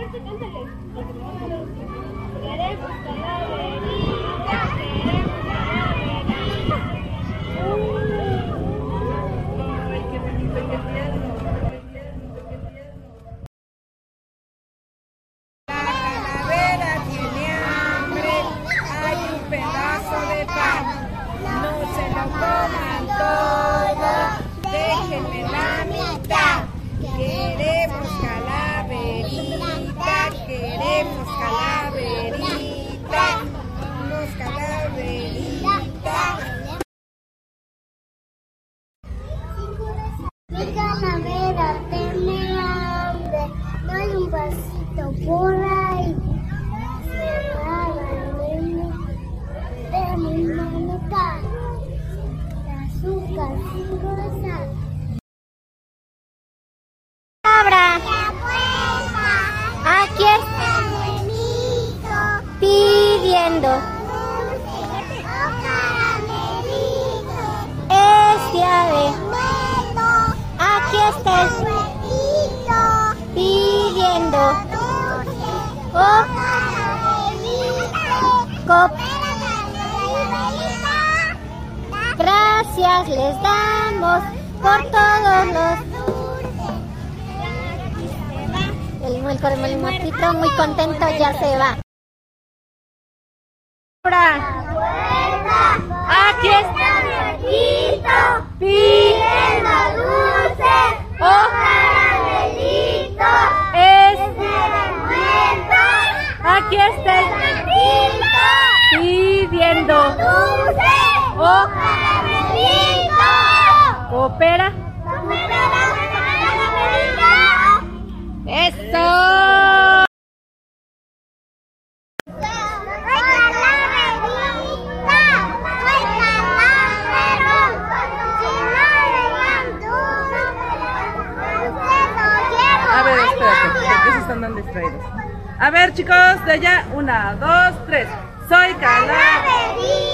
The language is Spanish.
fuerte, cántale. Queremos calaverita, queremos calaverita. Ay, qué bonito, qué tierno, qué tierno, qué tierno. La calavera tiene hambre, hay un pedazo de pan. No se lo coman todo, déjenme la mitad. Queremos calaverita, queremos calaverita, unos calaverita. Mi calavera tiene hambre, doy un pasito por ahí. Se paga de mi manita, de azúcar sin gozar. Aquí está pidiendo este ave. Aquí está pidiendo gracias les damos por todos los. El corremolimotrito muy contento ya se va. Aquí está Viejito, pidiendo dulces, caramelito, es aquí está el pidiendo dulces, caramelito. Coopera. Eso. A ver, espérate, porque se están dando distraídos. A ver, chicos, de allá, 1, 2, 3. Soy calaverita.